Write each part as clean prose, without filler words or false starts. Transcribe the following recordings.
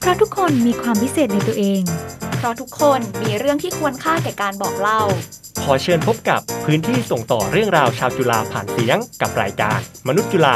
ราะทุกคนมีความพิเศษในตัวเองเพราะทุกคนมีเรื่องที่ควรค่าแก่การบอกเล่าขอเชิญพบกับพื้นที่ส่งต่อเรื่องราวชาวจุฬาผ่านเสียงกับรายการมนุษย์จุฬา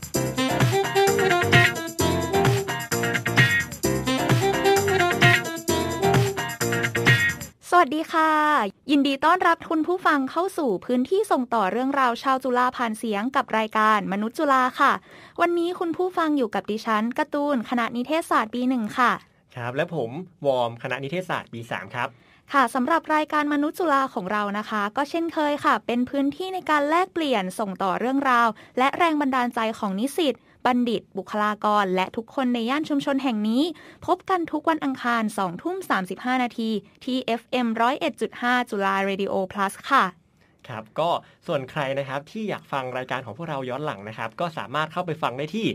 สวัสดีค่ะยินดีต้อนรับคุณผู้ฟังเข้าสู่พื้นที่ส่งต่อเรื่องราวชาวจุฬาผ่านเสียงกับรายการมนุษย์จุฬาค่ะวันนี้คุณผู้ฟังอยู่กับดิฉันการ์ตูนคณะนิเทศศาสตร์ปี 1ค่ะครับและผมวอร์มคณะนิเทศศาสตร์ปี 3ครับค่ะสำหรับรายการมนุษย์จุฬาของเรานะคะก็เช่นเคยค่ะเป็นพื้นที่ในการแลกเปลี่ยนส่งต่อเรื่องราวและแรงบันดาลใจของนิสิตบัณฑิตบุคลากรและทุกคนในย่านชุมชนแห่งนี้พบกันทุกวันอังคาร 20:35 น.ที่ FM 101.5 จุฬา Radio Plus ค่ะครับก็ส่วนใครนะครับที่อยากฟังรายการของพวกเราย้อนหลังนะครับก็สามารถเข้าไปฟังได้ที่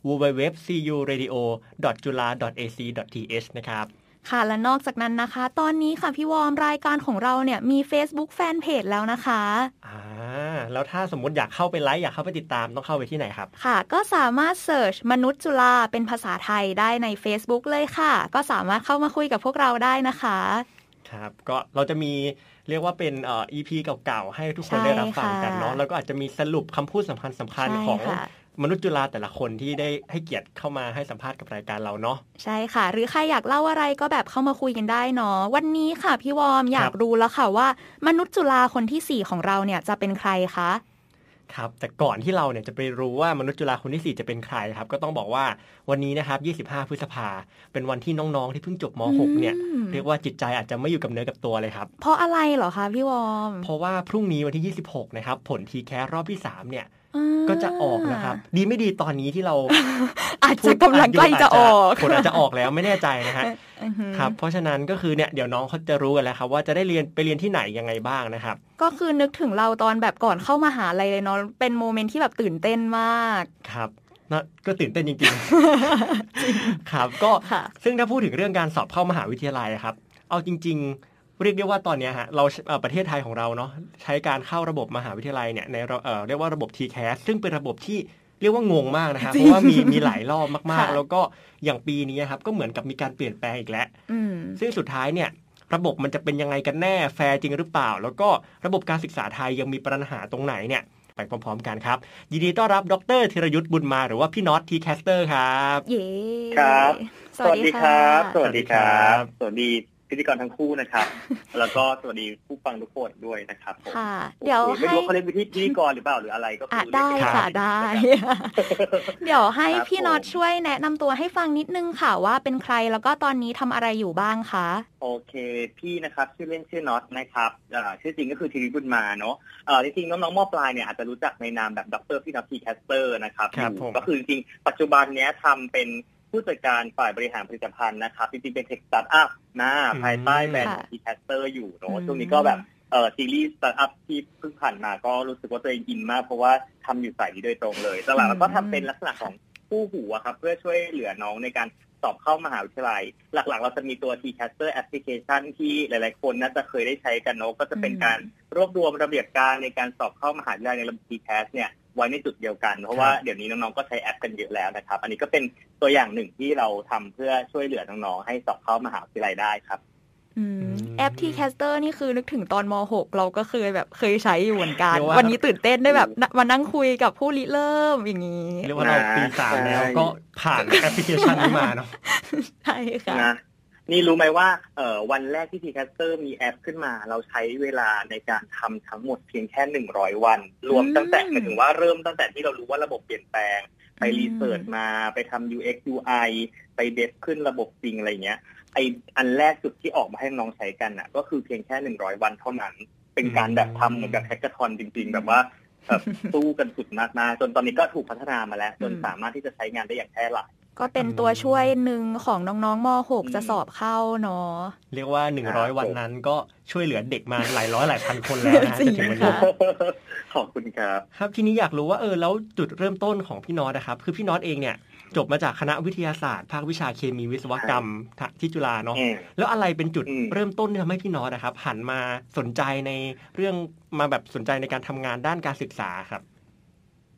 www.curadio.jula.ac.th นะครับค่ะและนอกจากนั้นนะคะตอนนี้ค่ะพี่วอร์มรายการของเราเนี่ยมี Facebook Fanpage แล้วนะคะแล้วถ้าสมมุติอยากเข้าไปไลค์อยากเข้าไปติดตามต้องเข้าไปที่ไหนครับค่ะก็สามารถเสิร์ชมนุษย์จุฬาเป็นภาษาไทยได้ใน Facebook เลยค่ะก็สามารถเข้ามาคุยกับพวกเราได้นะคะครับก็เราจะมีเรียกว่าเป็นEP เก่าๆให้ทุกคนได้รับฟังกันเนาะแล้วก็อาจจะมีสรุปคำพูดสำคัญของมนุษย์จุฬาแต่ละคนที่ได้ให้เกียรติเข้ามาให้สัมภาษณ์กับรายการเราเนาะใช่ค่ะหรือใครอยากเล่าอะไรก็แบบเข้ามาคุยกันได้เนาะวันนี้ค่ะพี่วอร์มอยากรู้แล้วค่ะว่ามนุษย์จุฬาคนที่4ของเราเนี่ยจะเป็นใครคะครับแต่ก่อนที่เราเนี่ยจะไปรู้ว่ามนุษย์จุฬาคนที่4จะเป็นใครครับก็ต้องบอกว่าวันนี้นะครับ25 พฤษภาเป็นวันที่น้องๆที่เพิ่งจบม.6 เนี่ยเรียกว่าจิตใจอาจจะไม่อยู่กับเนื้อกับตัวเลยครับเพราะอะไรเหรอคะพี่วอร์มเพราะว่าพรุ่งนี้วันที่26นะครับผล TCAS รอบที่3เนี่ยก็จะออกนะครับดีไม่ดีตอนนี้ที่เราอาจจะกำลังใกล้จะออกผลอาจจะออกแล้วไม่แน่ใจนะฮะครับเพราะฉะนั้นก็คือเนี่ยเดี๋ยวน้องเขาจะรู้กันแล้วครับว่าจะได้ไปเรียนที่ไหนยังไงบ้างนะครับก็คือนึกถึงเราตอนแบบก่อนเข้ามหาลัยเลยเนาะเป็นโมเมนต์ที่แบบตื่นเต้นมากครับก็ตื่นเต้นจริงๆครับก็ซึ่งถ้าพูดถึงเรื่องการสอบเข้ามหาวิทยาลัยครับเอาจริงๆเรียกได้ว่าตอนนี้ฮะเราประเทศไทยของเราเนาะใช้การเข้าระบบมหาวิทยาลัยเนี่ยในเรียกว่าระบบ TCAS ซึ่งเป็นระบบที่เรียกว่างงมากนะครับเพราะว่ามีหลายรอบมากๆแล้วก็อย่างปีนี้ครับก็เหมือนกับมีการเปลี่ยนแปลงอีกแล้วซึ่งสุดท้ายเนี่ยระบบมันจะเป็นยังไงกันแน่แฟร์จริงหรือเปล่าแล้วก็ระบบการศึกษาไทยยังมีปัญหาตรงไหนเนี่ยไปพร้อมๆกันครับยินดีต้อนรับดร.ธีรยุทธบุญมาหรือว่าพี่น็อต TCaster ครับเย้ครับสวัสดีครับสวัสดีครับสวัสดีพิธีกรทั้งคู่นะครับแล้วก็สวัสดีผู้ฟังทุกคนด้วยนะครับค่ะเดี๋ยวไม่รู้เขาเรียกพิธีกรหรือเปล่าหรืออะไรก็คือได้ค่ะได้เดี๋ยวให้พี่น็อตช่วยแนะนำตัวให้ฟังนิดนึงค่ะว่าเป็นใครแล้วก็ตอนนี้ทำอะไรอยู่บ้างคะโอเคพี่นะครับชื่อเล่นชื่อน็อตนะครับชื่อจริงก็คือธีรยุทธบุญมาเนาะจริงๆน้องๆม.ปลายเนี่ยอาจจะรู้จักในนามแบบดร.พี่น็อต TCaster นะครับก็คือจริงๆปัจจุบันเนี้ยทำเป็นผู้จัดการฝ่ายบริหารผลิตภัณฑ์นะครับจริงๆเป็นเทคสตาร์ทอัพภายใต้แบรนด์ TCaster อยู่เนาะช่วงนี้ก็แบบซีรีส์สตาร์ทอัพที่เพิ่งผ่านมาก็รู้สึกว่าตัวเองอินมากเพราะว่าทำอยู่สายนี้โดยตรงเลยหลังๆแล้วก็ทำเป็นลักษณะของผู้หูครับเพื่อช่วยเหลือน้องในการสอบเข้ามหาวิทยาลัยหลักๆเราจะมีตัว TCaster Application ที่หลายๆคนน่าจะเคยได้ใช้กันเนาะก็จะเป็นการรวบรวมระเบียบการในการสอบเข้ามหาวิทยาลัยในระบบ TCAS เนี่ยไว้ในจุดเดียวกันเพราะว่าเดี๋ยวนี้น้องๆก็ใช้แอปกันเยอะแล้วนะครับอันนี้ก็เป็นตัวอย่างหนึ่งที่เราทำเพื่อช่วยเหลือน้องๆให้สอบเข้ามหาวิทยาลัยได้ครับแอป TCaster นี่คือนึกถึงตอนม.6 เราก็เคยใช้อยู่เหมือนกันวันนี้ตื่นเต้นได้แบบมานั่งคุยกับผู้ริเริ่มอย่างนี้เรียกว่าเราปี 3แล้วก็ผ่านแอปพลิเคชันนี้มาเนาะใช่ค่ะนี่รู้ไหมว่าวันแรกที่ TCaster มีแอปขึ้นมาเราใช้เวลาในการทำทั้งหมดเพียงแค่100วันรวมตั้งแต่หมายถึงว่าเริ่มตั้งแต่ที่เรารู้ว่าระบบเปลี่ยนแปลงไปรีเสิร์ชมาไปทำ UX UI ไปเดฟขึ้นระบบจริงอะไรเงี้ยอันแรกสุดที่ออกมาให้น้องใช้กันน่ะก็คือเพียงแค่100วันเท่านั้นเป็นการแบบทำเหมือนกับแฮกเกอร์ทอนจริงๆแบบว่าสู้กันสุดมากๆจนตอนนี้ก็ถูกพัฒนามาแล้วจนสามารถที่จะใช้งานได้อย่างแพร่หลายก็เป็นตัวช่วยหนึ่งของน้องๆม.6 จะสอบเข้าเนาะเรียกว่า100วันนั้นก็ช่วยเหลือเด็กมาหลายร้อยหลายพันคนแล้วนะจนถึงวันนี้ขอบคุณครับครับทีนี้อยากรู้ว่าแล้วจุดเริ่มต้นของพี่น็อตนะครับคือพี่น็อตเองเนี่ยจบมาจากคณะวิทยาศาสตร์ภาควิชาเคมีวิศวกรรมที่จุฬาเนาะแล้วอะไรเป็นจุดเริ่มต้นที่ทำให้พี่น็อตนะครับหันมาสนใจในเรื่องมาแบบสนใจในการทำงานด้านการศึกษาครับ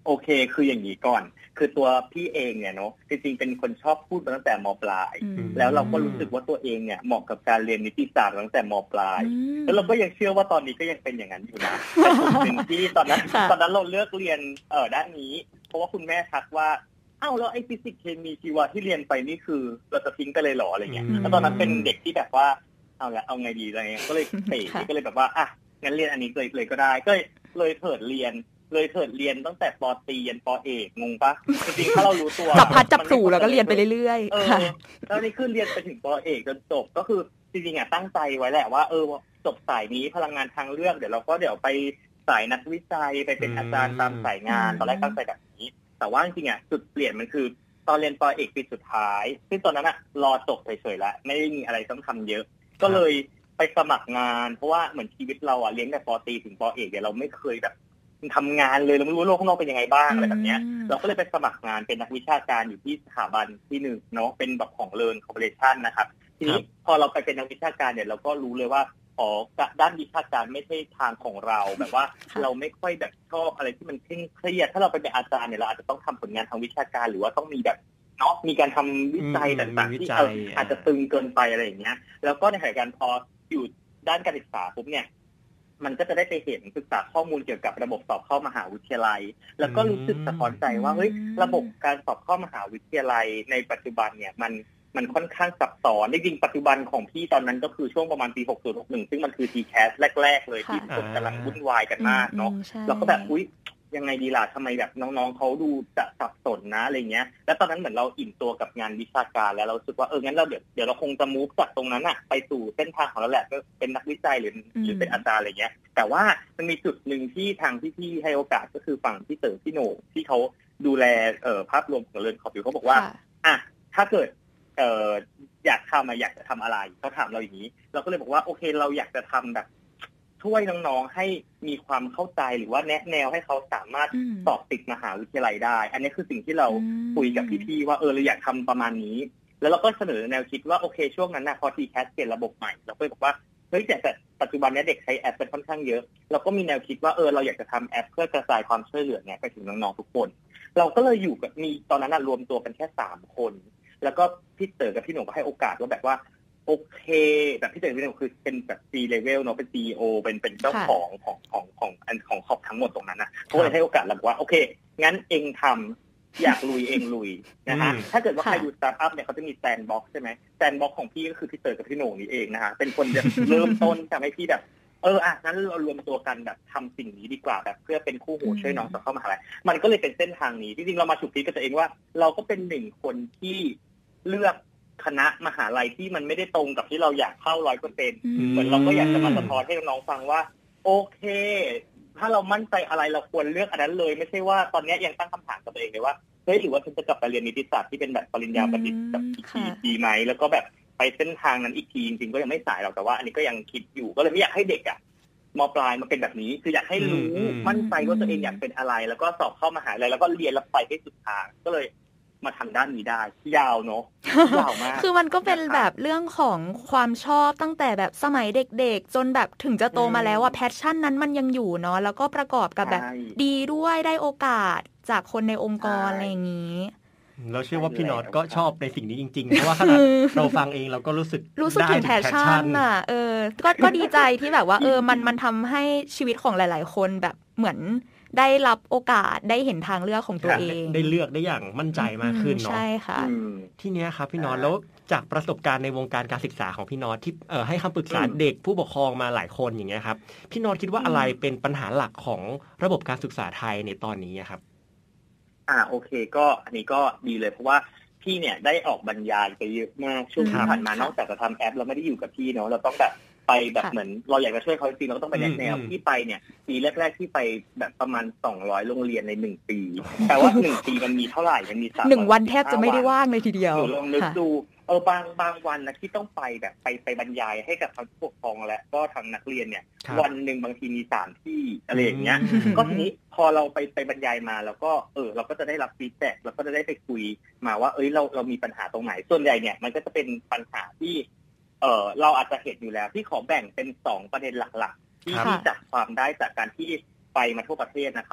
โอเคคืออย่างนี้ก่อนคือตัวพี่เองเนี่ยเนาะจริงๆเป็นคนชอบพูดมาตั้งแต่ม.ปลายแล้วเราก็รู้สึกว่าตัวเองเนี่ยเหมาะกับการเรียนนิติศาสตร์ตั้งแต่ม.ปลายแล้วเราก็ยังเชื่อว่าตอนนี้ก็ยังเป็นอย่างนั้นอยู่นะแต่ส่วนหนึ่งที่ตอนนั้นเราเลือกเรียนด้านนี้เพราะว่าคุณแม่ทักว่าอ้าวแล้วไอ้ฟิสิกส์เคมีชีวะที่เรียนไปนี่คือเราจะทิ้งไปเลยเหรออะไรเงี้ยแล้วตอนนั้นเป็นเด็กที่แบบว่าเอาไงดีอะไรเงี้ยก็เลยเตะก็เลยแบบว่าอ่ะงั้นเรียนอันนี้เลยก็ได้ก็เลยเถิดเรียนตั้งแต่ป.ตรียันป.เอกงงปะจริงๆถ้าเรารู้ตัวจับพัดจับผูแล้วก็เรียนไปเรื่อยๆค่ะแล้วนี่คือเรียนไปถึงป.เอกจนจบก็คือจริงๆตั้งใจไว้แหละว่าจบสายนี้พลังงานทางเลือกเดี๋ยวเราไปสายนักวิจัยไปเป็นอาจารย์ตามสายงานตอนแรกตั้งใจแบบนี้แต่ว่าจริงๆจุดเปลี่ยนมันคือตอนเรียนป.เอกปีสุดท้ายซึ่งตอนนั้นรอจบเฉยๆแล้วไม่ได้มีอะไรต้องทำเยอะก็เลยไปสมัครงานเพราะว่าเหมือนชีวิตเราเรียนแต่ป.ตรีถึงป.เอกเดี๋ยวเราไม่เคยแบบทำงานเลยเราไม่รู้โลกข้างนอกเป็นยังไงบ้างอะไรแบบนี้เราก็เลยไปสมัครงานเป็นนักวิชาการอยู่ที่สถาบันที่1เนาะเป็นแบบของเลิร์นคอร์ปอเรชั่นนะครับทีนี้พอเราไปเป็นนักวิชาการเนี่ยเราก็รู้เลยว่าด้านวิชาการไม่ใช่ทางของเราแบบว่าเราไม่ค่อยแบบชอบอะไรที่มันเครียดถ้าเราไปเป็นอาจารย์เนี่ยเราอาจจะต้องทำผลงานทางวิชาการหรือว่าต้องมีแบบเนาะมีการทำวิจัยต่างๆที่อาจจะตึงเกินไปอะไรอย่างเงี้ยแล้วก็ในขณะเดียวกันพออยู่ด้านการศึกษาปุ๊บเนี่ยมันก็จะได้ไปเห็นศึกษาข้อมูลเกี่ยวกับระบบสอบเข้ามหาวิทยาลัยแล้วก็รู้สึกสะท้อนใจว่าเฮ้ยระบบการสอบเข้ามหาวิทยาลัยในปัจจุบันเนี่ยมันค่อนข้างซับซ้อนจริงๆปัจจุบันของพี่ตอนนั้นก็คือช่วงประมาณปี60-61ซึ่งมันคือ TCAS แรกๆเลยที่คนกำลังวุ่นวายกันมากเนาะแล้วก็แบบอุ๊ยยังไงดีล่ะทำไมแบบน้องๆเขาดูจะสับสนนะอะไรเงี้ยแล้วตอนนั้นเหมือนเราอิ่มตัวกับงานวิชาการแล้วเรารู้สึกว่างั้นเราเดี๋ยวเราคงจะมูฟจากตรงนั้นไปสู่เส้นทางของเราแหละก็เป็นนักวิจัยหรือเป็นอาจารย์อะไรเงี้ยแต่ว่ามันมีจุดนึงที่ทางพี่ๆให้โอกาสก็คือฝั่งพี่เต๋อพี่โหน่งที่เขาดูแลภาพรวมของเรือนขอบอยู่เขาบอกว่าถ้าเกิดอยากจะทำอะไรเขาถามเราอย่างนี้เราก็เลยบอกว่าโอเคเราอยากจะทำแบบช่วยน้องๆให้มีความเข้าใจหรือว่าแนะแนวให้เขาสามารถสอบติดมหาวิทยาลัยได้อันนี้คือสิ่งที่เราคุยกับพี่ๆว่าเราอยากทำประมาณนี้แล้วเราก็เสนอแนวคิดว่าโอเคช่วงนั้นพอ TCAS เปลี่ยนระบบใหม่เราก็เลยบอกว่าเฮ้ยแต่ปัจจุบันนี้เด็กใช้แอปเป็นค่อนข้างเยอะเราก็มีแนวคิดว่าเราอยากจะทำแอปเพื่อกระจายความช่วยเหลือเนี่ยไปถึงน้องๆทุกคนเราก็เลยอยู่กับมีตอนนั้นรวมตัวกันแค่3คนแล้วก็พี่เต๋อกับพี่หนุ่มก็ให้โอกาสว่าแบบว่าโอเคแบบพี่เต๋อพี่หนุ่มคือเป็นแบบ C level เนาะเป็น CEO เป็นเจ้าของขอบทั้งหมดตรงนั้นนะเขาเลยให้โอกาสเราบอกว่าโอเคงั้นเองทำอยากลุยเองลุยนะฮะถ้าเกิดว่าใครอยู่สตาร์ทอัพเนี่ยเขาจะมีแซนด์บ็อกซ์ใช่ไหมแซนด์บ็อกซ์ของพี่ก็คือพี่เต๋อกับพี่หนุ่มนี่เองนะฮะเป็นคนแบบเริ่มต้นทำให้พี่แบบงั้นเรารวมตัวกันแบบทำสิ่งนี้ดีกว่าแบบเพื่อเป็นคู่หูช่วยน้องสอบเข้ามหาลัยมันก็เลยเป็นเส้นทางนี้จริงๆเรามาฉุกคิดกับตัวเองว่าเราก็เป็น1คนที่เลือกคณะมหาลัยที่มันไม่ได้ตรงกับที่เราอยากเข้า 100% เหมือนเราก็อยากจะมาสะท้อนให้น้องๆฟังว่าโอเคถ้าเรามั่นใจอะไรเราควรเลือกอันนั้นเลยไม่ใช่ว่าตอนนี้ยังตั้งคำถามกับตัวเองเลยว่าเฮ้ยหรือว่าฉันจะกลับไปเรียนนิติศาสตร์ที่เป็นแบบปริญญาบัณฑิตแบบดีไหมแล้วก็แบบไปเส้นทางนั้นอีกทีจริงๆก็ยังไม่สายหรอกแต่ว่าอันนี้ก็ยังคิดอยู่ก็เลยไม่อยากให้เด็กม.ปลายมาเป็นแบบนี้คืออยากให้รู้มั่นใจว่าตัวเองอยากเป็นอะไรแล้วก็สอบเข้ามหาลัยแล้วก็เรียนแล้วไปให้สุดทางก็เลยมาทำด้านนี้ได้ยาวเนาะยาวมากคือมันก็เป็นแบบเรื่องของความชอบตั้งแต่แบบสมัยเด็กๆจนแบบถึงจะโตมาแล้วแพชชั่นนั้นมันยังอยู่เนาะแล้วก็ประกอบกับแบบดีด้วยได้โอกาสจากคนในองค์กรอะไรอย่างนี้เราเชื่อว่าพี่น็อตก็ชอบในสิ่งนี้จริงๆเพราะว่าขนาดเราฟังเองเราก็รู้สึกถึงแพชชั่นก็ดีใจที่แบบว่ามันทำให้ชีวิตของหลายๆคนแบบเหมือนได้รับโอกาสได้เห็นทางเลือกของตัวเองได้เลือกได้อย่างมั่นใจมากขึ้นเนาะใช่ค่ะที่นี้ครับพี่น็อตแล้วจากประสบการณ์ในวงการการศึกษาของพี่น็อตที่ให้คำปรึกษาเด็กผู้ปกครองมาหลายคนอย่างเงี้ยครับพี่น็อตคิดว่าอะไรเป็นปัญหาหลักของระบบการศึกษาไทยในตอนนี้ครับโอเคก็อันนี้ก็ดีเลยเพราะว่าพี่เนี่ยได้ออกบรรยายไปเยอะมากช่วงที่ผ่านมานอกจากจะทำแอปเราไม่ได้อยู่กับพี่เนาะเราต้องแบบไปแบบเหมือนเราอยากจะช่วยเขาจริงเราก็ต้องไปแนวที่ไปเนี่ยปีแรกๆที่ไปแบบประมาณ200โรงเรียนใน1ปีแต่ว่า1ปีมันมีเท่าไหร่มันมี 1วันแทบจะไม่ได้ว่างเลยทีเดียวลองนึกดูบางวันนะที่ต้องไปแบบไปบรรยายให้กับทั้งผู้ปกครองและก็ทั้งนักเรียนเนี่ยวันนึงบางทีมี3ที่อะไรอย่างเงี้ยก็ทีนี้พอเราไปบรรยายมาแล้วก็เราก็จะได้รับฟีดแบ็กเราก็จะได้ไปคุยมาว่าเรามีปัญหาตรงไหนส่วนใหญ่เนี่ยมันก็จะเป็นปัญหาที่เราอาจจะเห็นอยู่แล้วที่ขอแบ่งเป็น2ประเด็นหลักๆที่จับความได้จากการที่ไปมาทั่วประเทศนะครับ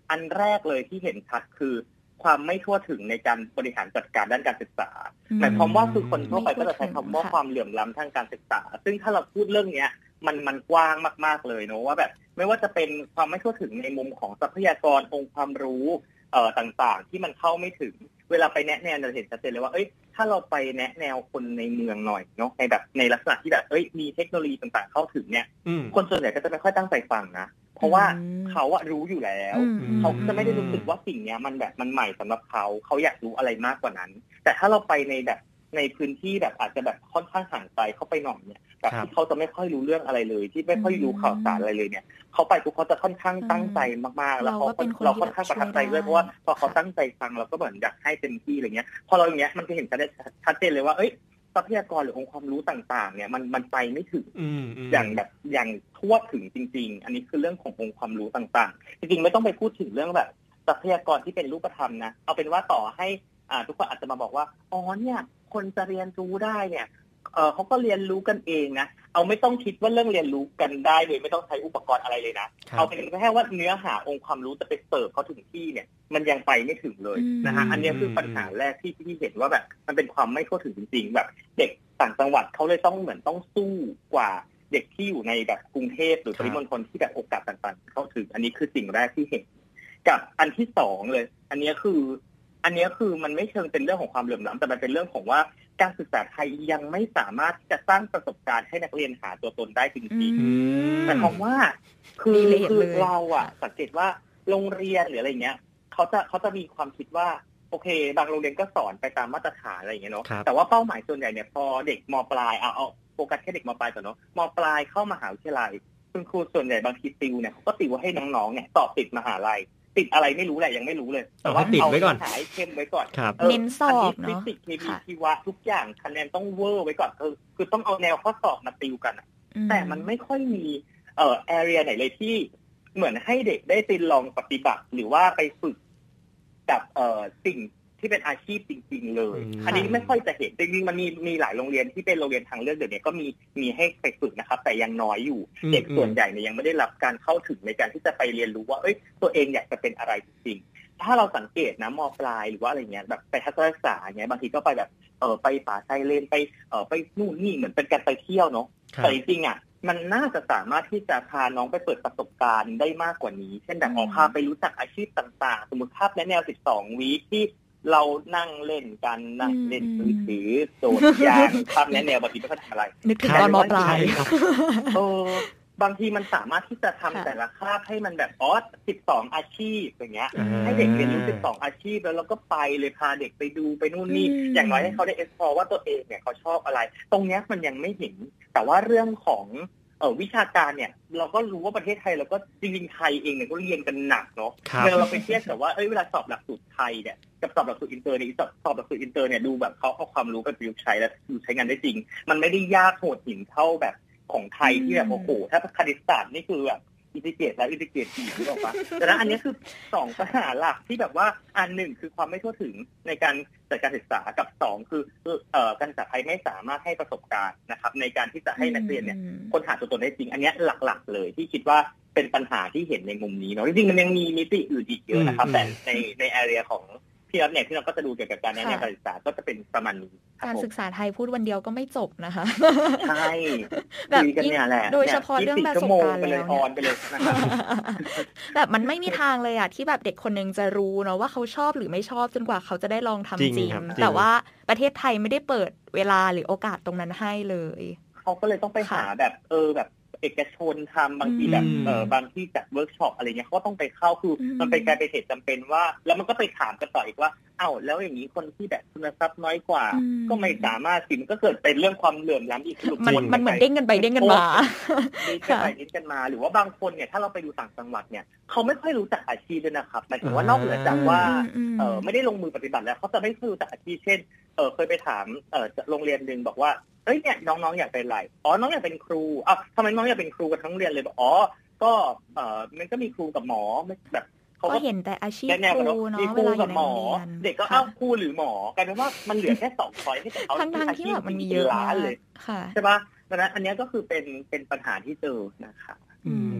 อันแรกเลยที่เห็นชัดคือความไม่ทั่วถึงในการบริหารจัดการด้านการศึกษาหมายความว่าคือคนทั่วไปก็จะใช้คำว่าความเหลื่อมล้ำทางการศึกษาซึ่งถ้าเราพูดเรื่องนี้มันกว้างมากๆเลยเนาะว่าแบบไม่ว่าจะเป็นความไม่ทั่วถึงในมุมของทรัพยากรองค์ความรู้ต่างๆที่มันเข้าไม่ถึงเวลาไปแนะแนวเราเห็นชัดเจนเลยว่าถ้าเราไปแนะแนวคนในเมืองหน่อยเนาะในแบบในลักษณะที่แบบมีเทคโนโลยีต่างๆเข้าถึงเนี่ยคนส่วนใหญ่ก็จะไม่ค่อยตั้งใจฟังนะเพราะว่าเขารู้อยู่แล้วเขาจะไม่ได้รู้สึกว่าสิ่งนี้มันแบบมันใหม่สำหรับเขาอยากรู้อะไรมากกว่านั้นแต่ถ้าเราไปในแบบในพื้นที่แบบอาจจะแบบค่อนข้างห่างไกลเข้าไปหน่อยเนี่ยแบบที่เขาจะไม่ค่อยรู้เรื่องอะไรเลยที่ไม่ค่อยรู้ข่าวสารอะไรเลยเนี่ยเขาไปทุกเขาจะค่อนข้างตั้งใจมากๆแล้วเราค่อนข้างประทับใจด้วยเพราะว่าพอเขาตั้งใจฟังเราก็เหมือนอยากให้เต็มที่อะไรเงี้ยพอเราอย่างเงี้ยมันจะเห็นชัดเจนเลยว่าทรัพยากรหรือองค์ความรู้ต่างๆเนี่ยมันไปไม่ถึงอย่างทั่วถึงจริงๆอันนี้คือเรื่องขององค์ความรู้ต่างๆจริงๆไม่ต้องไปพูดถึงเรื่องแบบทรัพยากรที่เป็นรูปธรรมนะเอาเป็นว่าต่อให้ทุกคนอาจจะมาบอกว่าเนี่ยคนจะเรียนรู้ได้เนี่ยเขาก็เรียนรู้กันเองนะเอาไม่ต้องคิดว่าเรื่องเรียนรู้กันได้เลยไม่ต้องใช้อุปกรณ์อะไรเลยนะเอาเป็นแค่ว่าเนื้อหาองค์ความรู้จะไปเสิร์ฟเขาถึงที่เนี่ยมันยังไปไม่ถึงเลยนะฮะอันนี้คือปัญหาแรกที่เห็นว่าแบบมันเป็นความไม่ทั่วถึงจริงๆแบบเด็กต่างจังหวัดเขาเลยต้องเหมือนต้องสู้กว่าเด็กที่อยู่ในแบบกรุงเทพหรือปริมณฑลที่แบบโอกาสต่างๆเข้าถึงอันนี้คือสิ่งแรกที่เห็นกับอันที่สองเลยอันนี้คือมันไม่เชิงเป็นเรื่องของความเหลื่อมล้ำแต่มันเป็นเรื่องของว่าการศึกษาไทยยังไม่สามารถจะสร้างประสบการณ์ให้นักเรียนหาตัวตนได้จริงๆแต่คำว่าคือเราสังเกตว่าโรงเรียนหรืออะไรเงี้ยเขาจะมีความคิดว่าโอเคบางโรงเรียนก็สอนไปตามมาตรฐานอะไรอย่างเงี้ยเนาะแต่ว่าเป้าหมายส่วนใหญ่เนี่ยพอเด็กม.ปลายเอาโฟกัสแค่เด็กม.ปลายก่อนเนาะม.ปลายเข้ามหาวิทยาลัยคุณครูส่วนใหญ่บางทีติวเนี่ยเขาก็ติวให้น้องๆเนี่ยสอบติดมหาลัยติดอะไรไม่รู้แหละยังไม่รู้เลยแต่ว่าเอาหายเข้มไว้ก่อนเน้นสอบเนาะฟิสิกส์เคมีชีวะทุกอย่างคะแนนต้องเวอร์ไว้ก่อนคือต้องเอาแนวข้อสอบมาติวกันแต่มันไม่ค่อยมีarea ไหนเลยที่เหมือนให้เด็กได้ไปลองปฏิบัติหรือว่าไปฝึกกับสิ่งที่เป็นอาชีพจริงๆเลยอันนี้ไม่ค่อยจะเห็นจริงๆมันมีหลายโรงเรียนที่เป็นโรงเรียนทางเลือกเดี๋ยวนี้ก็มีให้ไปฝึกนะครับแต่ยังน้อยอยู่เด็กส่วนใหญ่เนี่ยยังไม่ได้รับการเข้าถึงในการที่จะไปเรียนรู้ว่าตัวเองอยากจะเป็นอะไรจริงๆถ้าเราสังเกตนะม.ปลายหรือว่าอะไรเงี้ยแบบไปทัศนศึกษาเงี้ยบางทีก็ไปแบบไปป่าชายเลนไปนู่นนี่เหมือนเป็นการไปเที่ยวเนาะแต่จริงๆมันน่าจะสามารถที่จะพาน้องไปเปิดประสบการณ์ได้มากกว่านี้เช่นแบบพาไปรู้จักอาชีพต่างๆสมมติภาพแนว12 วีคที่เรานั่งเล่นกันนั่งเล่นมือถือโจทย์ยางภาพแนวบางทีไม่ค่อยทำอะไรนึกถึงตอนม.ปลายบางทีมันสามารถที่จะทำแต่ละคาบให้มันแบบ12 อาชีพอย่างเงี้ยให้เด็กเรียนรู้12 อาชีพแล้วเราก็ไปเลยพาเด็กไปดูไปนู่นนี่อย่างน้อยให้เขาได้exploreว่าตัวเองเนี่ยเขาชอบอะไรตรงเนี้ยมันยังไม่เห็นแต่ว่าเรื่องของวิชาการเนี่ยเราก็รู้ว่าประเทศไทยเราก็จริงๆไทยเองเนี่ยก็เรียนกันหนักเนาะเวลาเราไปเทียบกับว่าเวลาสอบหลักสูตรไทยเนี่ยกับสอบหลักสูตรอินเตอร์เนี่ยสอบหลักสูตรอินเตอร์เนี่ยดูแบบเขาเอาความรู้ไปประยุกต์ใช้และใช้งานได้จริงมันไม่ได้ยากโหดหินเท่าแบบของไทยที่แบบโอ้โหถ้าคณิตศาสตร์นี่คือแบบอินทิเกรตแล้วอินทิเกรตอีกหรือเปล่าคะแต่นั้นอันนี้คือ2ปัญหาหลักที่แบบว่าอันหนึ่งคือความไม่ทั่วถึงในการจัดการศึกษากับ2คือการศึกษาไทยไม่สามารถให้ประสบการณ์นะครับในการที่จะให้นักเรียนเนี่ยค้นหาตัวตนได้จริงอันนี้หลักๆเลยที่คิดว่าเป็นปัญหาที่เห็นในมุมนี้เนาะจริงๆมันยังมีมิติอื่นอีกเยอะนะครับแต่ใน area ของพี่รับเนี่ยที่เราก็จะดูเกี่ยวกับการแนะนำการศึกษาก็จะเป็นประมาณนี้การศึกษาไทยพูดวันเดียวก็ไม่จบนะคะใช่แบบนี้แหละโดยเฉพาะเรื่องประสบการณ์แล้วเนี่ยแบบมันไม่มีทางเลยอ่ะที่แบบเด็กคนนึงจะรู้เนาะว่าเขาชอบหรือไม่ชอบจนกว่าเขาจะได้ลองทำจริงแต่ว่าประเทศไทยไม่ได้เปิดเวลาหรือโอกาสตรงนั้นให้เลยเขาก็เลยต้องไปหาแบบแบบเอกชนทำบางทีแบบบางที่จัดเวิร์กช็อปอะไรเงี้ยเขาก็ต้องไปเข้าคือมันเป็นการไปเหตุจำเป็นว่าแล้วมันก็ไปถามกันต่ออีกว่าแล้วอย่างนี้คนที่แบบทุนทรัพย์น้อยกว่าก็ไม่สามารถมันก็เกิดเป็นเรื่องความเหลื่อมล้ำอีกมันเหมือนเด้งกันไปเด้งกันมาเด้งกันไปเด้งกันมาหรือว่าบางคนเนี่ยถ้าเราไปดูต่างจังหวัดเนี่ยเขาไม่ค่อยรู้จักอาชีพด้วยนะครับหมายถึงว่านอกเหนือจากว่าไม่ได้ลงมือปฏิบัติแล้วเขาจะไม่ค่อยรู้จักอาชีพเช่นเคยไปถามโรงเรียนนึงบอกว่าเนี่ยน้องๆอยากเป็นอะไรน้องอยากเป็นครูทำไมน้องอยากเป็นครูกันทั้งเรียนเลยบอกก็มันก็มีครูกับหมอแบบเขาก็เห็นแต่อาชีพครูเนาะเวลาอยู่ในโรงเรียนเด็กก็ครูหรือหมอกลายเป็นว่ามันเหลือแค่2 ช้อยให้เขาทั้งที่แบบมันมีเยอะล้านเลยใช่ป่ะดังนั้นอันนี้ก็คือเป็นปัญหาที่เจอนะคะ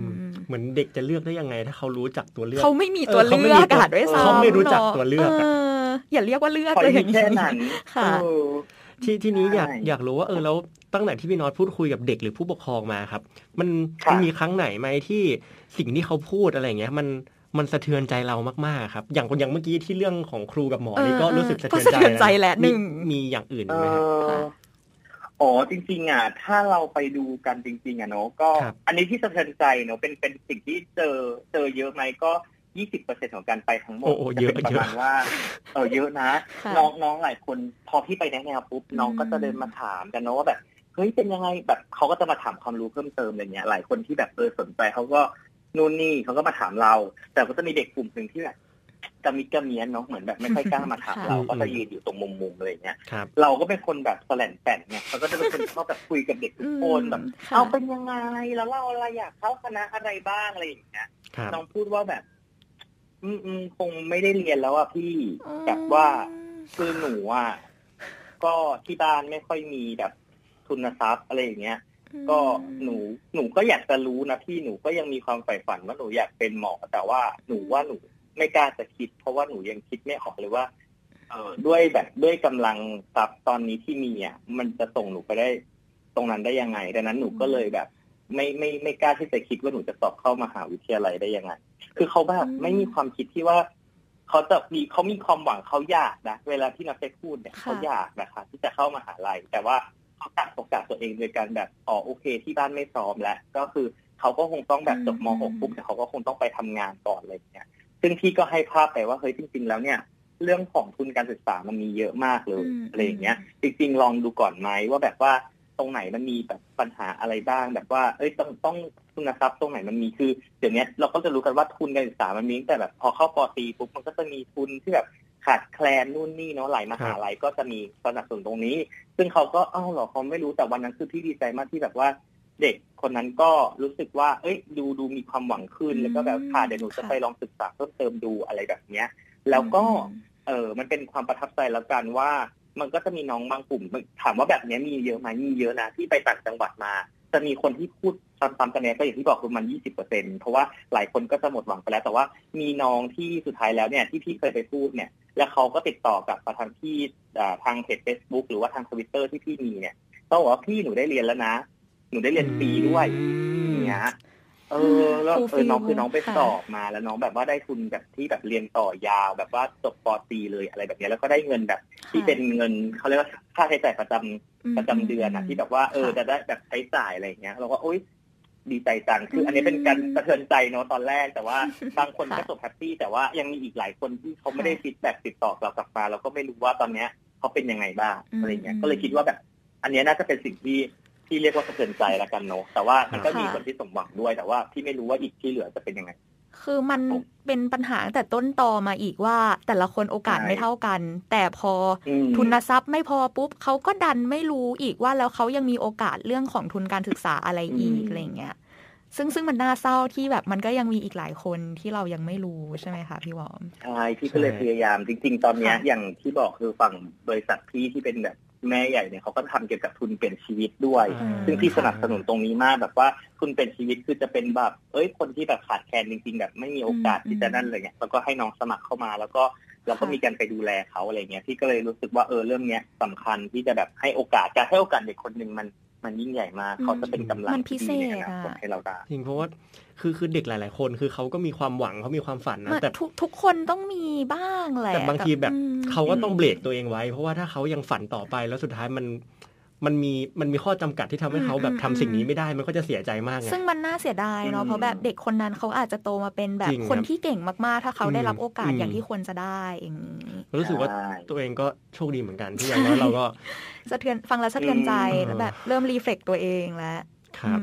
เหมือนเด็กจะเลือกได้ยังไงถ้าเขารู้จักตัวเลือกเขาไม่มีตัวเลือกอะด้วยซ้ำเขาไม่รู้จักตัวเลือกอย่าเรียกว่าเลือกเลยอย่างนี้ค่ะที่นี้อยากรู้ว่าแล้วตั้งแต่ที่พี่น็อตพูดคุยกับเด็กหรือผู้ปกครองมาครับมันมีครั้งไหนไหมที่สิ่งที่เขาพูดอะไรอย่างเงี้ยมันสะเทือนใจเรามากๆครับอย่างเมื่อกี้ที่เรื่องของครูกับหมอนี่ก็รู้สึกสะเทือนใจแหละมีอย่างอื่นไหมครับอ๋อจริงๆถ้าเราไปดูกันจริงๆเนาะก็อันนี้ที่สะเทือนใจเนาะเป็นสิ่งที่เจอเยอะไหมก็ 20% ของการไปทั้งหมดจะเป็นประมาณว่าเยอะนะน้องหลายคนพอพี่ไปแนะแนวปุ๊บน้องก็จะเดินมาถามกันเนาะว่าแบบเฮ้ยเป็นยังไงแบบเขาก็จะมาถามความรู้เพิ่มเติมอะไรเงี้ยหลายคนที่แบบสนใจเขาก็นู่นนี่เขาก็มาถามเราแต่ก็จะมีเด็กกลุ่มนึงที่แบบกระเมียนเนาะเหมือนแบบไม่ค่อยกล้ามาถามเราก็จะยืนอยู่ตรงมุมๆอะไรเงี้ยเราก็เป็นคนแบบแสลนแป่นเนี่ยเขาก็จะเป็นคนชอบแบบคุยกับเด็กทุกคนแบบเอาเป็นยังไงแล้วเราอะไรอยากเข้าคณะอะไรบ้างอะไรอย่างเงี้ยน้องพูดว่าแบบคงไม่ได้เรียนแล้วพี่แบบว่าคือหนูก็ที่บ้านไม่ค่อยมีแบบทุนทรัพย์อะไรอย่างเงี้ยก็หนูก็อยากจะรู้นะพี่หนูก็ยังมีความใฝ่ฝันว่าหนูอยากเป็นหมอแต่ว่าหนูไม่กล้าจะคิดเพราะว่าหนูยังคิดไม่ออกเลยว่าด้วยกำลังทรัพย์ตอนนี้ที่มีมันจะส่งหนูไปได้ตรงนั้นได้ยังไงดังนั้นหนูก็เลยแบบไม่กล้าที่จะคิดว่าหนูจะสอบเข้ามหาวิทยาลัยได้ยังไงคือเขาแบบไม่มีความคิดที่ว่าเขามีความหวังเขาอยากนะเวลาที่นักเตะพูดเนี่ยเขาอยากนะคะที่จะเข้ามหาลัยแต่ว่าเขาตัดโอกาสตัวเองโดยการแบบโอเคที่บ้านไม่ซ้อมแล้วก็คือเขาก็คงต้องแบบจบม.6 ปุ๊บแต่เขาก็คงต้องไปทำงานก่อนอะไรอย่างเงี้ยซึ่งพี่ก็ให้ภาพไปว่าเฮ้ยจริงๆแล้วเนี่ยเรื่องของทุนการศึกษามันมีเยอะมากเลยอะไรอย่างเงี้ยจริงๆลองดูก่อนไหมว่าแบบว่าตรงไหนมันมีแบบปัญหาอะไรบ้างแบบว่าต้องทุนทรัพย์ตรงไหนมันมีคือเดี๋ยวนี้เราก็จะรู้กันว่าทุนการศึกษามันมีแต่แบบพอเข้าป.ตรีปุ๊บมันก็จะมีทุนที่แบบขาดแคลนนู่นนี่เนาะหลายมหาลัยก็จะมีสนับสนุนตรงนี้ซึ่งเขาก็เหรอเขาไม่รู้แต่วันนั้นคือพี่ดีใจมากที่แบบว่าเด็กคนนั้นก็รู้สึกว่าดูมีความหวังขึ้นแล้วก็แบบเดี๋ยวหนูจะไปลองศึกษาเพิ่มเติมดูอะไรแบบเนี้ยแล้วก็มันเป็นความประทับใจแล้วกันว่ามันก็จะมีน้องบางกลุ่มถามว่าแบบนี้มีเยอะไหมมีเยอะนะที่ไปต่างจังหวัดมาจะมีคนที่พูดซ้ำๆกันเนี่ยก็อย่างที่บอกประมาณ 20% เพราะว่าหลายคนก็จะหมดหวังไปแล้วแต่ว่ามีน้องที่สุดท้ายแล้วเนี่ยที่พี่เคยไปพูดเนี่ยแล้วเขาก็ติดต่อกับทางที่ทางเพจ Facebook หรือว่าทาง Twitter ที่พี่มีเนี่ยเขาบอกว่าพี่หนูได้เรียนแล้วนะหนูได้เรียนฟรีด้วยเนี่ยแล้วน้องไปสอบมาแล้วน้องแบบว่าได้ทุนแบบที่แบบเรียนต่อยาวแบบว่าจบป.ตรีเลยอะไรแบบนี้แล้วก็ได้เงินแบบที่เป็นเงินเขาเรียกว่าค่าใช้จ่ายประจำเดือนที่แบบว่าจะได้แบบใช้จ่ายอะไรอย่างเงี้ยเราก็ดีใจจังคืออันนี้เป็นการสะเทือนใจเนาะตอนแรกแต่ว่าบางคนก็จบแฮปปี้แต่ว่ายังมีอีกหลายคนที่เขาไม่ได้ฟีดแบ็กติดต่อเรากลับมาเราก็ไม่รู้ว่าตอนเนี้ยเขาเป็นยังไงบ้างอะไรเงี้ยก็เลยคิดว่าแบบอันนี้น่าจะเป็นสิ่งที่เรียกว่าสะเทือนใจละกันเนาะแต่ว่ามันก็มีคนที่สมหวังด้วยแต่ว่าพี่ไม่รู้ว่าอีกที่เหลือจะเป็นยังไงคือมันเป็นปัญหาตั้งแต่ต้นตอมาอีกว่าแต่ละคนโอกาสไม่เท่ากันแต่พอทุนทรัพย์ไม่พอปุ๊บเขาก็ดันไม่รู้อีกว่าแล้วเขายังมีโอกาสเรื่องของทุนการศึกษาอะไรอีกอะไรเงี้ยซึ่งมันน่าเศร้าที่แบบมันก็ยังมีอีกหลายคนที่เรายังไม่รู้ใช่ไหมคะพี่วอมใช่พี่ก็เลยพยายามจริงๆตอนนี้อย่างที่บอกคือฝั่งบริษัทพี่ที่เป็นแบบแม่ใหญ่เนี่ยเขาก็ทำเกี่ยวกับทุนเปลี่ยนชีวิตด้วยซึ่งพี่สนับสนุนตรงนี้มากแบบว่าทุนเปลี่ยนชีวิตคือจะเป็นแบบคนที่แบบขาดแคลนจริงๆแบบไม่มีโอกาสที่จะนั่นเลยเนี่ยแล้วก็ให้น้องสมัครเข้ามาแล้วก็เราก็มีการไปดูแลเขาอะไรเงี้ยพี่ก็เลยรู้สึกว่าเรื่องเนี้ยสำคัญที่จะแบบให้โอกาสการให้โอกาสเด็กคนนึงมันยิ่งใหญ่มากเขาจะเป็นกำลังที่ดีในอนาคตให้เราได้จริงเพราะว่าคือเด็กหลายๆคนคือเขาก็มีความหวังเขามีความฝันนะแต่ทุกคนต้องมีบ้างแหละแต่บางทีแบบเขาก็ต้องเบรกตัวเองไว้เพราะว่าถ้าเขายังฝันต่อไปแล้วสุดท้ายมันมีข้อจำกัดที่ทำให้เขาแบบทำสิ่งนี้ไม่ได้มันก็จะเสียใจมากไงซึ่งมันน่าเสียดายเนาะเพราะแบบเด็กคนนั้นเขาอาจจะโตมาเป็นแบบคนที่เก่งมากๆถ้าเขาได้รับโอกาสอย่างที่ควรจะได้อย่างนี้รู้สึกว่าตัวเองก็โชคดีเหมือนกันที่อย่างน้อยเราก็สะเทือนฟังแล้วสะเทือนใจแล้วแบบเริ่มรีเฟล็กตัวเองแล้วครับ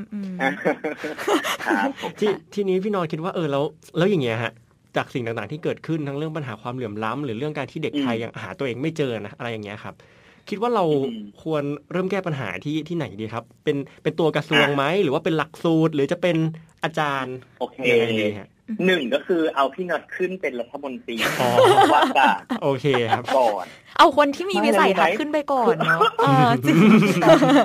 ทีนี้พี่นอนคิดว่าแล้วอย่างเงี้ยฮะจากสิ่งต่างๆที่เกิดขึ้นทั้งเรื่องปัญหาความเหลื่อมล้ำหรือเรื่องการที่เด็กไทยยังหาตัวเองไม่เจอนะอะไรอย่างเงี้ยครับคิดว่าเราควรเริ่มแก้ปัญหาที่ไหนดีครับเป็นตัวกระทรวงไหมหรือว่าเป็นหลักสูตรหรือจะเป็นอาจารย์โอเคหนึ่งก็คือเอาพี่น็อตขึ้นเป็นรัฐมนตรีว่าการโอเคครับก่อนเอาคนที่มีวิสัยทัศน์ขึ้นไปก่อนเนาะจริง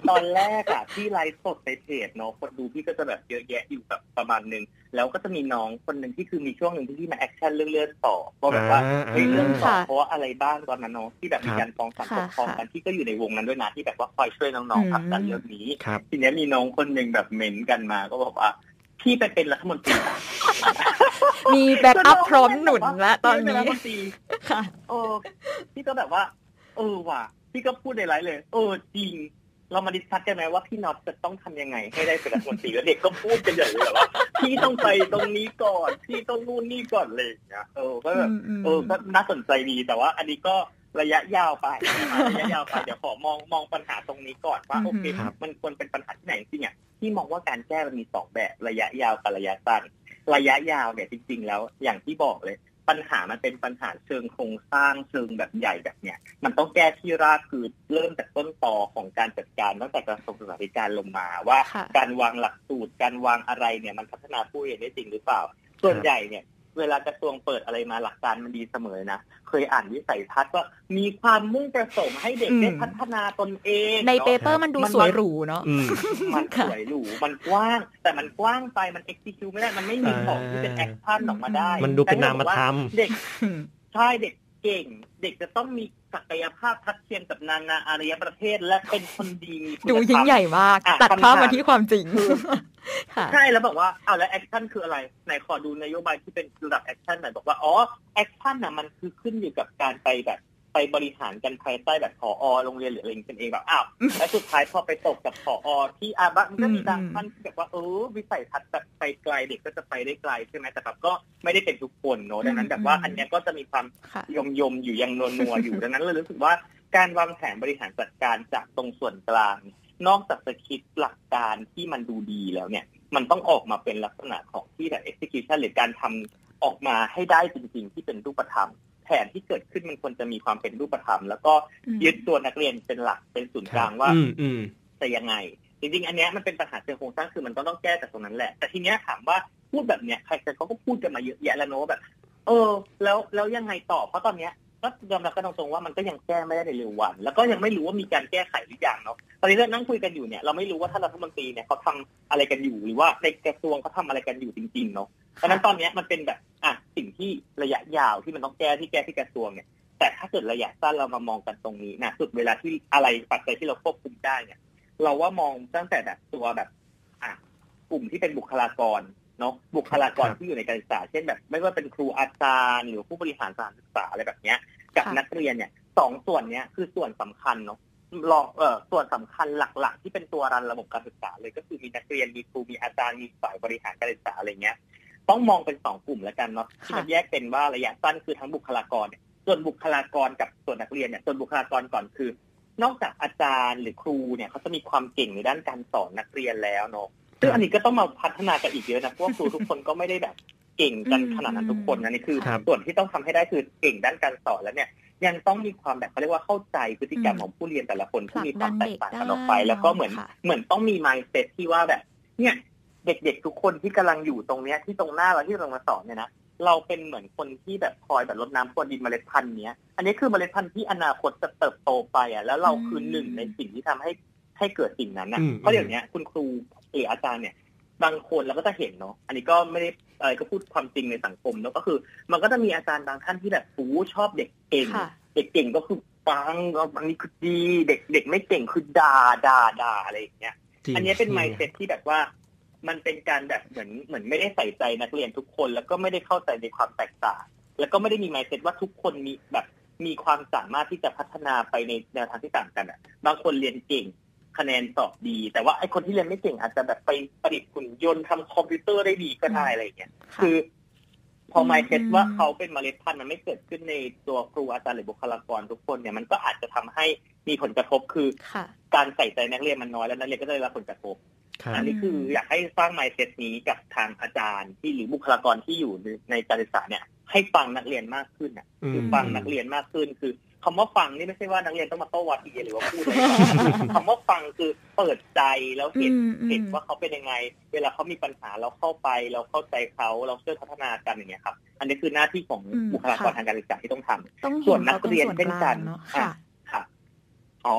ตอนแรกอ่ะที่ไลฟ์สดในเพจเนาะคนดูพี่ก็จะแบบเยอะแยะอยู่แบบประมาณนึงแล้วก็จะมีน้องคนนึงที่คือมีช่วงนึงที่พี่มาแอคชั่นเรื่องต่อก็แบบว่าเรื่องต่อเพราะว่าอะไรบ้างตอนนั้นเนาะที่แบบมีการฟ้องศาลปกครองกันที่ก็อยู่ในวงนั้นด้วยนะที่แบบว่าคอยช่วยน้องๆผลักดันเรื่องนี้ทีนี้มีน้องคนนึงแบบเม้นกันมาก็บอกว่าพี่ไปเป็นรัฐมนตรีมีแบ็คอัพพร้อมหนุนแล้วตอนนี้ค่ะพี่ก็แบบว่าว่ะพี่ก็พูดในไลฟ์เลยจริงเรามาดิสคัสกันไหมว่าพี่น็อตจะต้องทำยังไงให้ได้เป็นรัฐมนตรีแล้วเด็กก็พูดกันใหญ่เลยว่าพี่ต้องไปตรงนี้ก่อนพี่ต้องนู่นนี่ก่อนเลยนะก็แบบก็น่าสนใจดีแต่ว่าอันนี้ก็ระยะยาวไปเดี๋ยวขอมองปัญหาตรงนี้ก่อนว่าโอเคมันควรเป็นปัญหาที่ไหนจริงๆที่มองว่าการแก้มันมี2แบบระยะยาวกับระยะสั้นระยะยาวเนี่ยจริงๆแล้วอย่างที่บอกเลยปัญหามันเป็นปัญหาเชิงโครงสร้างเชิงแบบใหญ่แบบเนี้ยมันต้องแก้ที่รากคือเริ่มจากต้นตอของการจัดการตั้งแต่กระทรวงศึกษาธิการลงมาว่าการวางหลักสูตรการวางอะไรเนี่ยมันพัฒนาผู้เรียนได้จริงหรือเปล่าส่วนใหญ่เนี่ยเวลากระทรวงเปิดอะไรมาหลักการมันดีเสมอนะเคยอ่านวิสัยทัศน์ว่ามีความมุ่งประสงค์ให้เด็กได้พัฒนาตนเองในเปเปอร์มันดูสวยหรูเนาะมันสวยหรูมันกว้างแต่มันกว้างไปมัน execute ไม่ได้มันไม่มีของที่เป็น action ออกมาได้มันดูเป็นนามธรรมเด็กใช่เด็กเก่งเด็กจะต้องมีศักยภาพทัดเทียมกับนานาอารยประเทศและเป็นคนดีดูยิ่งใหญ่มากตัดภาพมาที่ความจริงใช่แล้วบอกว่าแล้วแอคชั่นคืออะไรไหนขอดูนโยบายที่เป็นระดับแอคชั่นหน่อยบอกว่าแอคชั่นน่ะมันคือขึ้นอยู่กับการไปแบบไปบริหารกันภายใต้แบบผอ.โรงเรียนหรืออะไรอย่างเงี้ยเองแบบแล้วสุดท้ายพอไปตกกับผอ.ที่บางมันก็มีบางท่านที่แบบว่าวิสัยทัศน์แบบไปไกลเด็กก็จะไปได้ไกลใช่ไหมแต่แบบก็ไม่ได้เป็นทุกคนเนอะดังนั้นแบบว่าอันนี้ก็จะมีความยมอยู่ยังนัวอยู่ดังนั้นเลยรู้สึกว่าการวางแผนบริหารจัดการจากตรงส่วนกลางนอกจากจะคิดหลักการที่มันดูดีแล้วเนี่ยมันต้องออกมาเป็นลักษณะของที่แบบ execution หรือการทำออกมาให้ได้จริงๆที่เป็นรูปธรรมแผนที่เกิดขึ้นมันควรจะมีความเป็นรูปธรรมแล้วก็ยึดตัวนักเรียนเป็นหลักเป็นศูนย์กลางว่าจะยังไงจริงๆอันนี้มันเป็นปัญหาเชิงโครงสร้างคือมันก็ต้องแก้จากตรงนั้นแหละแต่ทีเนี้ยถามว่าพูดแบบเนี้ยใครเขาก็พูดกันมาเยอะแยะแล้วเนอะแบบแล้วยังไงต่อเพราะตอนเนี้ยก็ยอมรับกันตรงๆว่ามันก็ยังแก้ไม่ได้ในเร็ววันแล้วก็ยังไม่รู้ว่ามีการแก้ไขหรือยังเนาะตอนนี้เรานั่งคุยกันอยู่เนี่ยเราไม่รู้ว่าท่านรัฐมนตรีเนี่ยเขาทำอะไรกันอยู่หรือว่าในกระทรวงเขาทำอะไรกันอยู่จริงๆเนาะเพราะนั้นตอนนี้มันเป็นแบบสิ่งที่ระยะยาวที่มันต้องแก้ที่กระทรวงเนี่ยแต่ถ้าเกิดระยะสั้นเรามามองกันตรงนี้นะสุดเวลาที่อะไรปัจจัยที่เราควบคุมได้เนี่ยเราว่ามองตั้งแต่แบบตัวแบบกลุ่มที่เป็นบุคลากรเนาะบุคลากรที่อยู่ในการศึกษาเช่นแบบไม่ว่าเป็นครูอาจารย์หรือผู้บริหารสถานศึกษาอะไรแบบเนี้ยกับนักเรียนเนี่ย2ส่วนเนี้ยคือส่วนสำคัญเนาะส่วนสำคัญหลักๆที่เป็นตัวรันระบบการศึกษาเลยก็คือมีนักเรียนมีครูมีอาจารย์มีฝ่ายบริหารการศึกษาอะไรเงี้ยต้องมองเป็น2กลุ่มแล้วกันเนาะที่มันแยกเป็นว่าระยะสั้นคือทั้งบุคลากรเนี่ยส่วนบุคลากรกับส่วนนักเรียนเนี่ยส่วนบุคลากรก่อนคือนอกจากอาจารย์หรือครูเนี่ยเขาจะมีความเก่งในด้านการสอนนักเรียนแล้วเนาะซึ่งอันนี้ก็ต้องมาพัฒนากันอีกเยอะนะเพราะว่าครูทุกคนก็ไม่ได้แบบเก่งกันขนาดนั้นทุกคนนะนี่คือส่วนที่ต้องทำให้ได้คือเก่งด้านการสอนแล้วเนี่ยยังต้องมีความแบบเขาเรียกว่าเข้าใจพฤติกรรมของผู้เรียนแต่ละคนที่มีความแตกต่างกันออกไปแล้วก็เหมือนต้องมี mindset ที่ว่าแบบเนี่ยเด็กๆทุกคนที่กำลังอยู่ตรงเนี้ยที่ตรงหน้าเราที่เรามาสอนเนี่ยนะเราเป็นเหมือนคนที่แบบคอยแบบรดน้ำพรวนดินเมล็ดพันธุ์เนี้ยอันนี้คือเมล็ดพันธุ์ที่อนาคตจะเติบโตไปแล้วเราคือหนึ่งในสิ่งที่ทำให้เกิดสิ่งนั้นนะเพราะเดี๋ยวนี้คุณครูหรืออาจารย์เนี่ยบางคนเราก็จะเห็นเนาะอันนี้ก็ไม่ได้อะไรก็พูดความจริงในสังคมเนาะก็คือมันก็จะมีอาจารย์บางท่านที่แบบชอบเด็กเก่งเด็กเก่งก็คือปังอันนี้คือดีเด็กไม่เก่งคือด่าอะไรอย่างเงี้ยอันนี้เป็น mindset ที่แบบว่ามันเป็นการแบบเหมือนไม่ได้ใส่ใจนักเรียนทุกคนแล้วก็ไม่ได้เข้าใจในความแตกต่างแล้วก็ไม่ได้มี mindset ว่าทุกคนมีความสามารถที่จะพัฒนาไปในแนวทางที่ต่างกันบางคนเรียนเก่งคะแนนสอบดีแต่ว่าไอ้คนที่เรียนไม่เก่งอาจจะแบบไปประดิษฐ์หุ่นยนต์ทำคอมพิวเตอร์ได้ดีก็ได้อะไรอย่างเงี้ยคือพอ mindset ว่าเขาเป็นเมล็ดพันธุ์มันไม่เกิดขึ้นในตัวครูอาจารย์หรือบุคลากรทุกคนเนี่ยมันก็อาจจะทำให้มีผลกระทบคือการใส่ใจนักเรียนมันน้อยแล้วนักเรียนก็ได้รับผลกระทบอันนี้คืออยากให้สร้าง mindset นี้กับทางอาจารย์ที่หรือบุคลากรที่อยู่ในการศึกษาเนี่ยให้ฟังนักเรียนมากขึ้นคือฟังนักเรียนมากขึ้นคือคำว่าฟังนี่ไม่ใช่ว่านักเรียนต้องมาโต้วาทีหรือว่าพูดอะไรคำว่าฟังคือเปิดใจแล้วเห็นว่าเขาเป็นยังไงเวลาเขามีปัญหาเราเข้าไปเราเข้าใจเขาเราช่วยพัฒนากันอย่างเงี้ยครับอันนี้คือหน้าที่ของบุคลากรทางการศึกษาที่ต้องทำส่วนนักเรียนเช่นกันค่ะ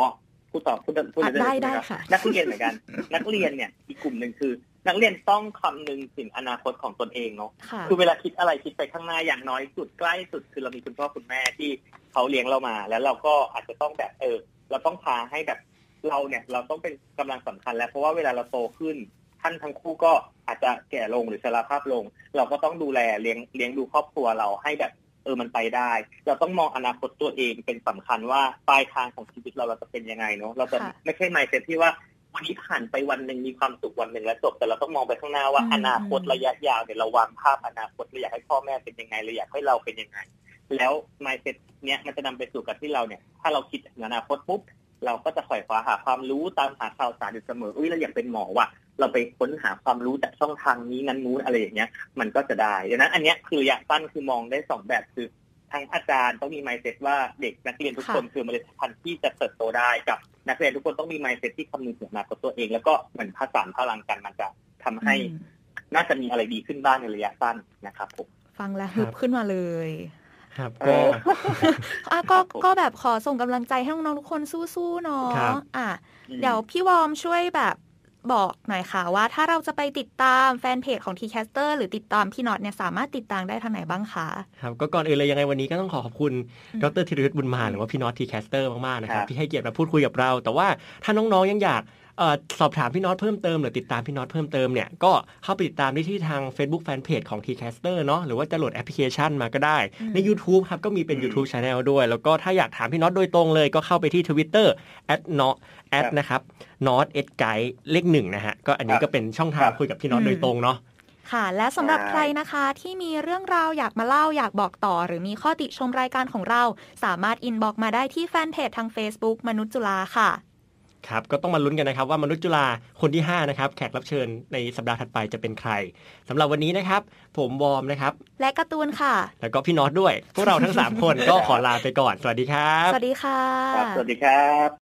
ได้ค่ะนักเรียนเหมือนกันนักเรียนเนี่ยอีกกลุ่มนึงคือนักเรียนต้องคำนึงถึงอนาคตของตนเองเนาะคือเวลาคิดอะไรคิดไปข้างหน้าอย่างน้อยสุดใกล้สุดคือเรามีคุณพ่อคุณแม่ที่เขาเลี้ยงเรามาแล้วเราก็อาจจะต้องแบบเราต้องพาให้แบบเราเนี่ยเราต้องเป็นกำลังสำคัญแล้วเพราะว่าเวลาเราโตขึ้นท่านทั้งคู่ก็อาจจะแก่ลงหรือชราภาพลงเราก็ต้องดูแลเลี้ยงดูครอบครัวเราให้แบบมันไปได้เราต้องมองอนาคตตัวเองเป็นสำคัญว่าปลายทางของชีวิตเราจะเป็นยังไงเนาะเราจะไม่ใช่ mindset ที่ว่าวันนี้ผ่านไปวันนึงมีความสุขวันนึงแล้วจบแต่เราต้องมองไปข้างหน้าว่าอนาคตระยะยาวเนี่ยเราวางภาพอนาคตเราอยากให้พ่อแม่เป็นยังไงเราอยากให้เราเป็นยังไงแล้ว mindset เนี้ยมันจะนำไปสู่การที่เราเนี่ยถ้าเราคิดถึงอนาคตปุ๊บเราก็จะไขว่คว้าหาความรู้ตามหาข่าวสารอยู่เสมอเราอยากเป็นหมอว่ะเราไปค้นหาความรู้จากช่องทางนี้นั้นนู้นอะไรอย่างเงี้ยมันก็จะได้ดังนั้นอันเนี้ยคือระยะสั้นคือมองได้2แบบคือทั้งอาจารย์ต้องมี mindset ว่าเด็กนักเรียนทุกคนคือเมล็ดพันธุ์ที่จะเติบโตได้กับนักเรียนทุกคนต้องมี mindset ที่คำนึงถึงอนาคตตัวเองแล้วก็เหมือนผสานพลังกันมันจะทำให้น่าจะมีอะไรดีขึ้นบ้างในระยะสั้นนะครับผมฟังแล้วฮึบขึ้นมาเลยครับก็แบบขอส่งกำลังใจให้น้องๆทุกคนสู้ๆเนาะเดี๋ยวพี่วอมช่วยแบบบอกหน่อยค่ะว่าถ้าเราจะไปติดตามแฟนเพจของ T-Caster หรือติดตามพี่น็อตเนี่ยสามารถติดตามได้ทางไหนบ้างคะครับก็ก่อนอื่นเลยยังไงวันนี้ก็ต้องขอบคุณดร.ธีรยุทธบุญมาหรือว่าพี่น็อต T-Caster มากๆนะครับที่ให้เกียรติมาพูดคุยกับเราแต่ว่าถ้าน้องๆยังอยากสอบถามพี่น็อตเพิ่มเติมหรือติดตามพี่น็อตเพิ่มเติมเนี่ยก็เข้าไปติดตามได้ที่ทาง Facebook Fanpage ของ T-Caster เนาะหรือว่าจะโหลดแอปพลิเคชันมาก็ได้ใน YouTube ครับก็มีเป็น YouTube Channel ด้วยแล้วก็ถ้าอยากถามพี่น็อตโดยตรงเลยก็เข้าไปที่ Twitter @not@ นะครับ not ed guide เลข1นะฮะก็อันนี้ก็เป็นช่องทางคุยกับพี่น็อตโดยตรงเนาะค่ะและสำหรับใครนะคะที่มีเรื่องราวอยากมาเล่าอยากบอกต่อหรือมีข้อติชมรายการของเราสามารถอินบ็อกซ์มาได้ที่แฟนเพจทาง Facebook มนุษย์จุฬาค่ะครับก็ต้องมาลุ้นกันนะครับว่ามนุษย์จุฬาคนที่5นะครับแขกรับเชิญในสัปดาห์ถัดไปจะเป็นใครสำหรับวันนี้นะครับผมวอร์มนะครับและการ์ตูนค่ะแล้วก็พี่น็อตด้วยพวกเราทั้ง3คนก็ขอลาไปก่อนสวัสดีครับสวัสดีค่ะสวัสดีครับ